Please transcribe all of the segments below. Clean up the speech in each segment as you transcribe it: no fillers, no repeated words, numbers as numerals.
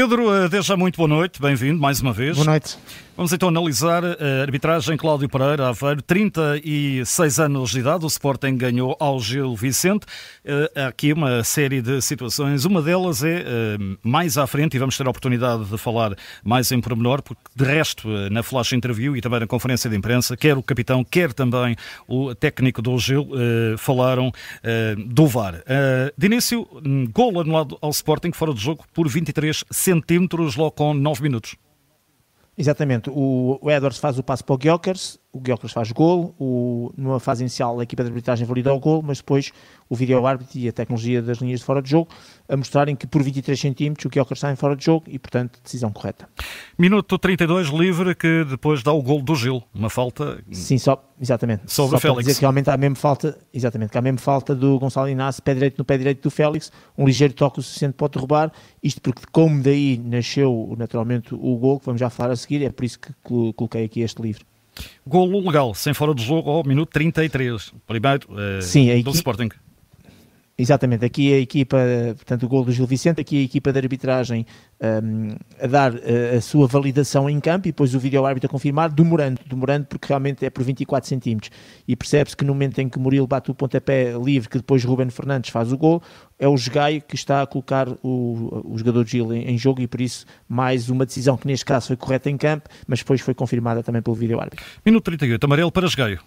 Pedro, desde já muito boa noite, bem-vindo mais uma vez. Boa noite. Vamos então analisar a arbitragem Cláudio Pereira Aveiro, 36 anos de idade, o Sporting ganhou ao Gil Vicente. Há aqui uma série de situações, uma delas é mais à frente, e vamos ter a oportunidade de falar mais em pormenor, porque de resto, na flash interview e também na conferência de imprensa, quer o capitão, quer também o técnico do Gil falaram do VAR. De início, golo anulado ao Sporting fora de jogo por 23 centímetros, logo com 9 minutos. Exatamente, o Edwards faz o passo para o Gyökeres faz golo, numa fase inicial a equipa de arbitragem valida o golo, mas depois o vídeo-árbitro e a tecnologia das linhas de fora de jogo a mostrarem que por 23 centímetros o Gyökeres está em fora de jogo e, portanto, decisão correta. Minuto 32, livre, que depois dá o golo do Gil, uma falta... Sim, exatamente. Sobre o Félix. Dizer que realmente há mesmo falta, exatamente, que há mesmo falta do Gonçalo Inácio, pé direito no pé direito do Félix, um ligeiro toque o suficiente para derrubar, isto porque como daí nasceu naturalmente o golo, que vamos já falar a seguir, é por isso que coloquei aqui este livre. Golo legal, sem fora de jogo ao minuto 33, primeiro do Sporting. Exatamente, aqui a equipa, portanto o golo do Gil Vicente, aqui a equipa de arbitragem a dar a sua validação em campo e depois o vídeo-árbitro a confirmar, demorando porque realmente é por 24 centímetros e percebe-se que no momento em que Murilo bate o pontapé livre, que depois Ruben Fernandes faz o golo, é o Gaio que está a colocar o jogador de Gil em jogo e por isso mais uma decisão que neste caso foi correta em campo, mas depois foi confirmada também pelo vídeo-árbitro. Minuto 38, amarelo para Gaio.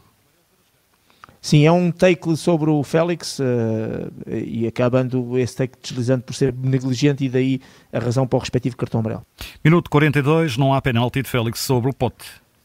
Sim, é um take sobre o Félix e acabando esse take deslizando por ser negligente e daí a razão para o respectivo cartão amarelo. Minuto 42, não há penalti de Félix sobre o pote.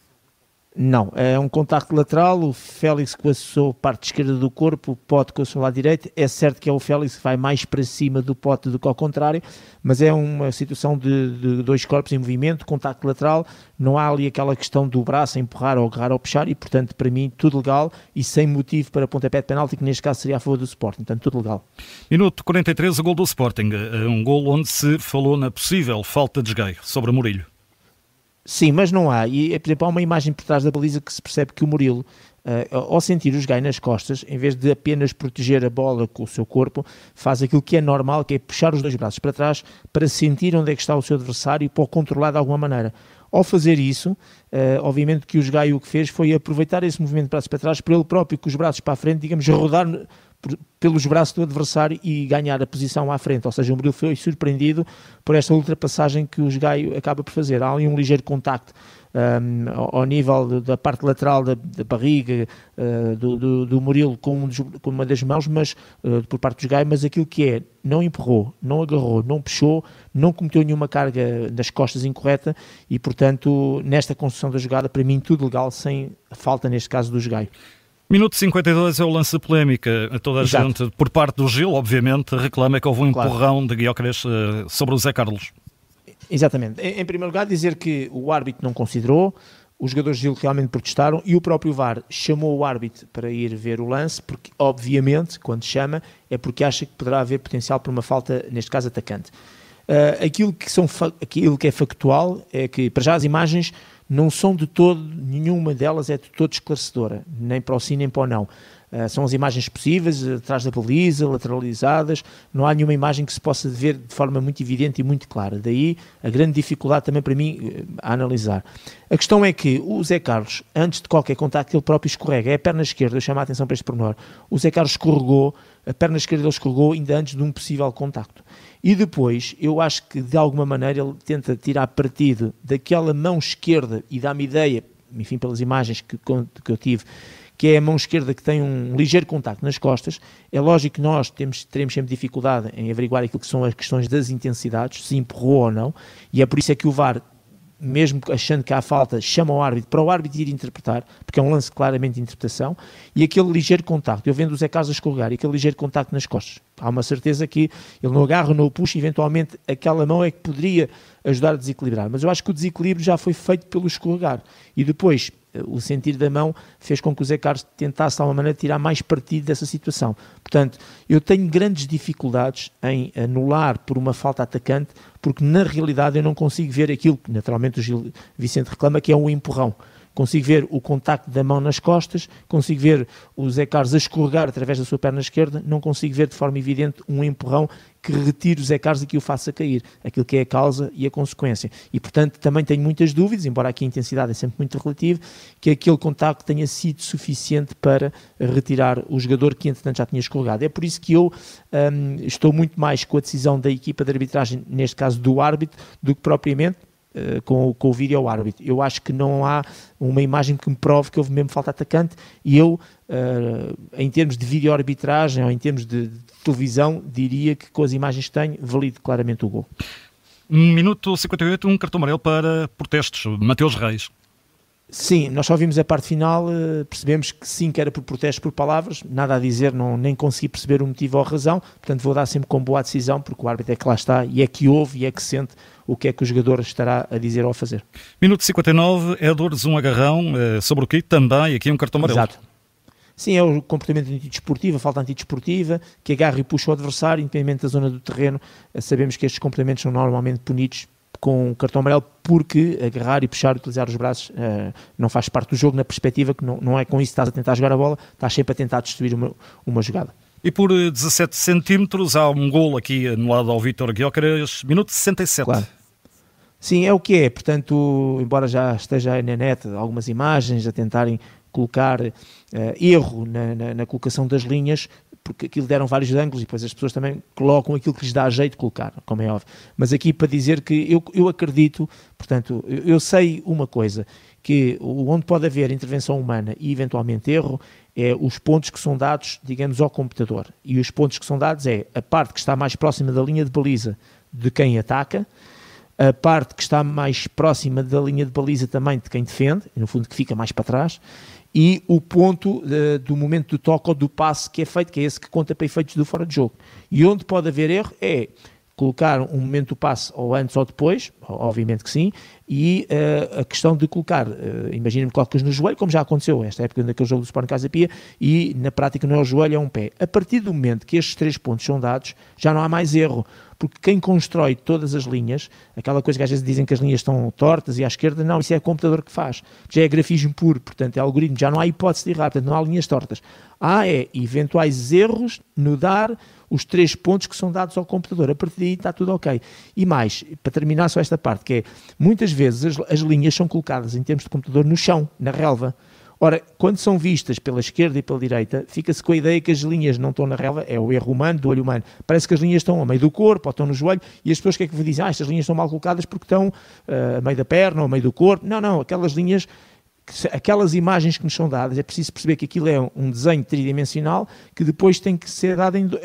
Não, é um contacto lateral, o Félix com a sua parte esquerda do corpo, o pote com o seu lado direito, é certo que é o Félix que vai mais para cima do pote do que ao contrário, mas é uma situação de dois corpos em movimento, contacto lateral, não há ali aquela questão do braço a empurrar ou agarrar ou puxar e portanto para mim tudo legal e sem motivo para pontapé de penalti, que neste caso seria a favor do Sporting, portanto tudo legal. Minuto 43, o gol do Sporting, um gol onde se falou na possível falta de esgueio sobre Murilo. Sim, mas não há. E, por exemplo, há uma imagem por trás da baliza que se percebe que o Murilo, ao sentir o esgueio nas costas, em vez de apenas proteger a bola com o seu corpo, faz aquilo que é normal, que é puxar os dois braços para trás para sentir onde é que está o seu adversário e para o controlar de alguma maneira. Ao fazer isso, obviamente que o esgueio o que fez foi aproveitar esse movimento de braços para trás para ele próprio, com os braços para a frente, digamos, rodar pelos braços do adversário e ganhar a posição à frente, ou seja, o Murilo foi surpreendido por esta ultrapassagem que o Gaio acaba por fazer. Há ali um ligeiro contacto ao nível da parte lateral da barriga do Murilo com uma das mãos, mas por parte do Gaio, mas aquilo que é, não empurrou, não agarrou, não puxou, não cometeu nenhuma carga das costas incorreta e, portanto, nesta construção da jogada, para mim, tudo legal, sem falta, neste caso, do Gaio. Minuto 52 é o lance de polémica. Toda a gente, por parte do Gil, obviamente, reclama que houve um empurrão de Gyökeres sobre o Zé Carlos. Exatamente. Em primeiro lugar, dizer que o árbitro não considerou, os jogadores de Gil realmente protestaram e o próprio VAR chamou o árbitro para ir ver o lance, porque, obviamente, quando chama, é porque acha que poderá haver potencial para uma falta, neste caso, atacante. Aquilo que é factual é que, para já, as imagens não são de todo, nenhuma delas é de todo esclarecedora, nem para o sim nem para o não. São as imagens possíveis, atrás da baliza, lateralizadas, não há nenhuma imagem que se possa ver de forma muito evidente e muito clara. Daí a grande dificuldade também para mim a analisar. A questão é que o Zé Carlos, antes de qualquer contacto, ele próprio escorrega, é a perna esquerda, eu chamo a atenção para este pormenor. O Zé Carlos escorregou, a perna esquerda ele escorregou ainda antes de um possível contacto. E depois, eu acho que de alguma maneira ele tenta tirar partido daquela mão esquerda e dá-me ideia, enfim, pelas imagens que eu tive, que é a mão esquerda que tem um ligeiro contacto nas costas. É lógico que nós teremos sempre dificuldade em averiguar aquilo que são as questões das intensidades, se empurrou ou não, e é por isso é que o VAR, mesmo achando que há falta, chama o árbitro para o árbitro ir interpretar, porque é um lance claramente de interpretação, e aquele ligeiro contacto, eu vendo o Zé Carlos a escorregar, e aquele ligeiro contacto nas costas, há uma certeza que ele não agarra, não o puxa, eventualmente aquela mão é que poderia ajudar a desequilibrar, mas eu acho que o desequilíbrio já foi feito pelo escorregar, e depois o sentir da mão fez com que o Zé Carlos tentasse de alguma maneira tirar mais partido dessa situação. Portanto, eu tenho grandes dificuldades em anular por uma falta atacante, porque na realidade eu não consigo ver aquilo que naturalmente o Gil Vicente reclama, que é um empurrão. consigo ver o contacto da mão nas costas, consigo ver o Zé Carlos a escorregar através da sua perna esquerda, não consigo ver de forma evidente um empurrão que retire o Zé Carlos e que o faça cair, aquilo que é a causa e a consequência. E, portanto, também tenho muitas dúvidas, embora aqui a intensidade é sempre muito relativa, que aquele contacto tenha sido suficiente para retirar o jogador que, entretanto, já tinha escorregado. É por isso que eu estou muito mais com a decisão da equipa de arbitragem, neste caso do árbitro, do que propriamente com o vídeo árbitro. Eu acho que não há uma imagem que me prove que houve mesmo falta atacante, e eu, em termos de vídeo arbitragem ou em termos de televisão, diria que com as imagens que tenho, valido claramente o gol. Minuto 58, um cartão amarelo para protestos. Mateus Reis. Sim, nós só vimos a parte final, percebemos que sim, que era por protestos, por palavras, nada a dizer, nem consegui perceber o motivo ou a razão, portanto vou dar sempre com boa decisão, porque o árbitro é que lá está e é que ouve e é que sente o que é que o jogador estará a dizer ou a fazer. Minuto 59, Edwards, um agarrão, sobre o que também, aqui um cartão amarelo. Exato. Sim, é o comportamento antidesportivo, a falta antidesportiva, que agarra e puxa o adversário, independente da zona do terreno. Sabemos que estes comportamentos são normalmente punidos com cartão amarelo, porque agarrar e puxar, utilizar os braços não faz parte do jogo, na perspectiva que não é com isso que estás a tentar jogar a bola, estás sempre a tentar destruir uma jogada. E por 17 centímetros há um golo aqui anulado ao Vítor Gyökeres, minuto 67. Claro. Sim, é o que é, portanto, embora já esteja aí na net algumas imagens a tentarem colocar erro na colocação das linhas, porque aquilo deram vários ângulos e depois as pessoas também colocam aquilo que lhes dá jeito de colocar, como é óbvio. Mas aqui para dizer que eu acredito, portanto, eu sei uma coisa, que onde pode haver intervenção humana e eventualmente erro, é os pontos que são dados, digamos, ao computador. E os pontos que são dados é a parte que está mais próxima da linha de baliza de quem ataca, a parte que está mais próxima da linha de baliza também de quem defende, no fundo que fica mais para trás, e o ponto do momento do toque ou do passe que é feito, que é esse que conta para efeitos do fora de jogo. E onde pode haver erro é colocar um momento do passe ou antes ou depois, obviamente que sim, e a questão de colocar, imagina-me que colocas no joelho, como já aconteceu esta época naquele jogo do Sporting Casa Pia, e na prática não é o joelho, é um pé. A partir do momento que estes 3 pontos são dados, já não há mais erro, porque quem constrói todas as linhas, aquela coisa que às vezes dizem que as linhas estão tortas e à esquerda, não, isso é o computador que faz, já é grafismo puro, portanto é algoritmo, já não há hipótese de errar, portanto não há linhas tortas. Há eventuais erros no dar os 3 pontos que são dados ao computador, a partir daí está tudo ok. E mais, para terminar só esta parte, que é, muitas vezes as linhas são colocadas em termos de computador no chão, na relva. Ora, quando são vistas pela esquerda e pela direita, fica-se com a ideia que as linhas não estão na relva, é o erro humano, do olho humano. Parece que as linhas estão a meio do corpo, ou estão no joelho, e as pessoas que é que dizem, estas linhas estão mal colocadas porque estão a meio da perna ou a meio do corpo. Não, aquelas linhas, aquelas imagens que nos são dadas, é preciso perceber que aquilo é um desenho tridimensional que depois tem que ser dado em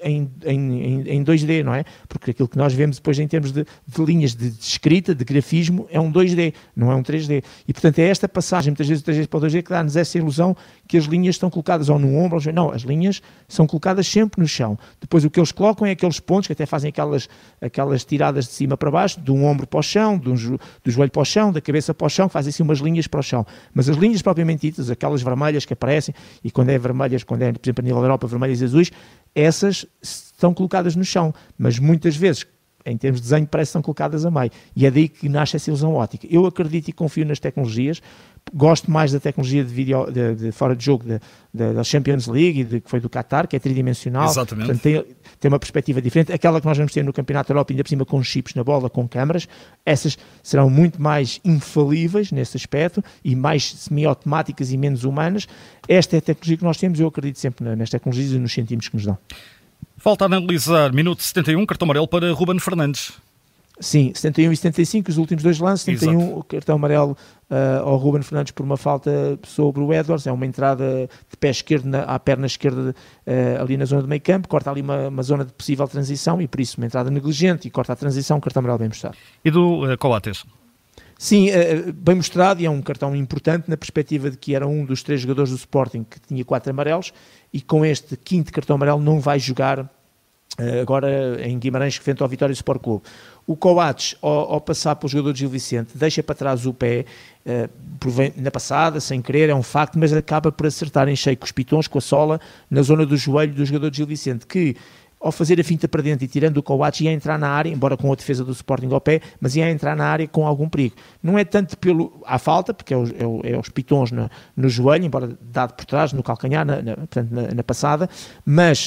2D, não é? Porque aquilo que nós vemos depois em termos de linhas de escrita, de grafismo, é um 2D, não é um 3D. E portanto é esta passagem, muitas vezes do 3D para o 2D, que dá-nos essa ilusão que as linhas estão colocadas ou no ombro, ou não, as linhas são colocadas sempre no chão. Depois o que eles colocam é aqueles pontos que até fazem aquelas tiradas de cima para baixo, de um ombro para o chão, do joelho para o chão, da cabeça para o chão, que fazem assim umas linhas para o chão. Mas as linhas propriamente ditas, aquelas vermelhas que aparecem, e quando é vermelhas, quando é, por exemplo, a nível da Europa, vermelhas e azuis, essas estão colocadas no chão, mas muitas vezes, em termos de desenho, parece que estão colocadas a meio. E é daí que nasce essa ilusão óptica. Eu acredito e confio nas tecnologias, gosto mais da tecnologia de vídeo de fora de jogo da Champions League, que foi do Qatar, que é tridimensional. Exatamente. Portanto, tem uma perspectiva diferente. Aquela que nós vamos ter no Campeonato da Europa, ainda por cima com chips na bola, com câmaras, essas serão muito mais infalíveis nesse aspecto e mais semi-automáticas e menos humanas. Esta é a tecnologia que nós temos, eu acredito sempre nas tecnologias e nos centímetros que nos dão. Falta analisar minuto 71, cartão amarelo para Ruben Fernandes. Sim, 71 e 75, os últimos 2 lances, 71, o cartão amarelo ao Ruben Fernandes por uma falta sobre o Edwards, é uma entrada de pé esquerdo à perna esquerda ali na zona do meio campo, corta ali uma zona de possível transição e por isso uma entrada negligente e corta a transição, cartão amarelo bem mostrado. E do Coates? Sim, bem mostrado e é um cartão importante na perspectiva de que era um dos 3 jogadores do Sporting que tinha 4 amarelos e com este 5º cartão amarelo não vai jogar agora em Guimarães frente ao Vitória Sport Clube. O Coates, ao passar para o jogador de Gil Vicente, deixa para trás o pé na passada, sem querer, é um facto, mas acaba por acertar em cheio com os pitons, com a sola, na zona do joelho do jogador de Gil Vicente, que ao fazer a finta para dentro e tirando o Coates, ia entrar na área, embora com a defesa do Sporting ao pé, mas ia entrar na área com algum perigo. Não é tanto à falta, porque é os pitons no joelho, embora dado por trás, no calcanhar, portanto, na passada, mas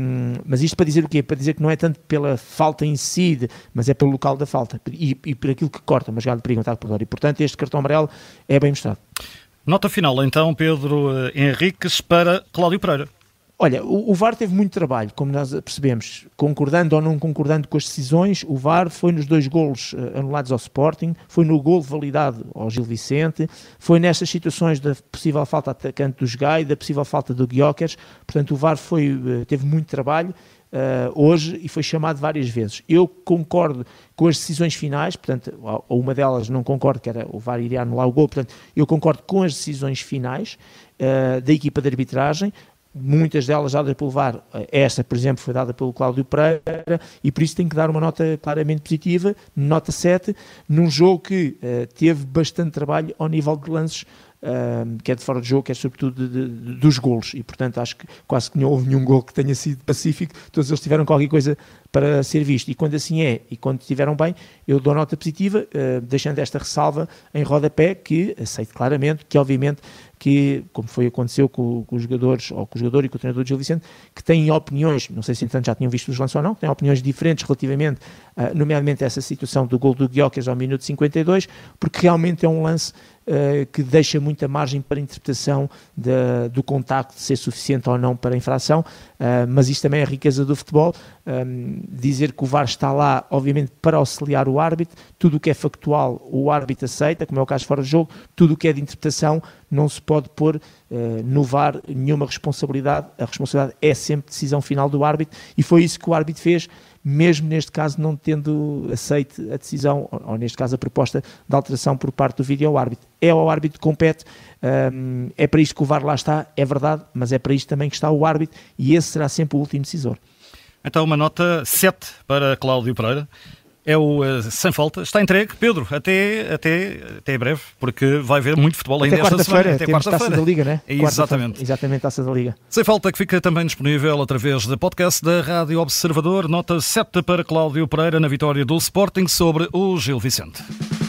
isto para dizer o quê? Para dizer que não é tanto pela falta em si, mas é pelo local da falta e por aquilo que corta, uma jogada de perigo, e portanto este cartão amarelo é bem mostrado. Nota final então, Pedro Henriques, para Cláudio Pereira. Olha, o VAR teve muito trabalho, como nós percebemos, concordando ou não concordando com as decisões. O VAR foi nos 2 golos anulados ao Sporting, foi no golo validado ao Gil Vicente, foi nestas situações da possível falta atacante do Jogai, da possível falta do Gyökeres. Portanto, o VAR teve muito trabalho hoje e foi chamado várias vezes. Eu concordo com as decisões finais, portanto, ou uma delas não concordo, que era o VAR iria anular o golo, portanto, eu concordo com as decisões finais da equipa de arbitragem. Muitas delas dadas pelo VAR, esta, por exemplo, foi dada pelo Cláudio Pereira, e por isso tem que dar uma nota claramente positiva, nota 7, num jogo que teve bastante trabalho ao nível de lances, que é de fora de jogo, que é sobretudo dos golos, e portanto acho que quase que não houve nenhum golo que tenha sido pacífico, todos eles tiveram qualquer coisa para ser visto, e quando assim é, e quando estiveram bem, eu dou nota positiva, deixando esta ressalva em rodapé, que aceito claramente, que obviamente que, como aconteceu com os jogadores, ou com o jogador e com o treinador de Gil Vicente, que têm opiniões, não sei se entretanto já tinham visto os lances ou não, que têm opiniões diferentes relativamente, nomeadamente a essa situação do gol do Gyökeres ao minuto 52, porque realmente é um lance que deixa muita margem para interpretação do contacto, de ser suficiente ou não para a infração, mas isto também é a riqueza do futebol, dizer que o VAR está lá, obviamente, para auxiliar o árbitro, tudo o que é factual o árbitro aceita, como é o caso fora de jogo, tudo o que é de interpretação não se pode pôr no VAR nenhuma responsabilidade, a responsabilidade é sempre decisão final do árbitro, e foi isso que o árbitro fez, mesmo neste caso não tendo aceite a decisão, ou neste caso a proposta de alteração por parte do vídeo-árbitro. É ao árbitro que compete, é para isto que o VAR lá está, é verdade, mas é para isto também que está o árbitro, e esse será sempre o último decisor. Então uma nota 7 para Cláudio Pereira. É o sem falta. Está entregue, Pedro, até breve, porque vai haver muito futebol ainda esta semana. Até quarta-feira. Taça da Liga, não é? Exatamente, Taça da Liga. Sem falta, que fica também disponível através da podcast da Rádio Observador. Nota 7 para Cláudio Pereira na vitória do Sporting sobre o Gil Vicente.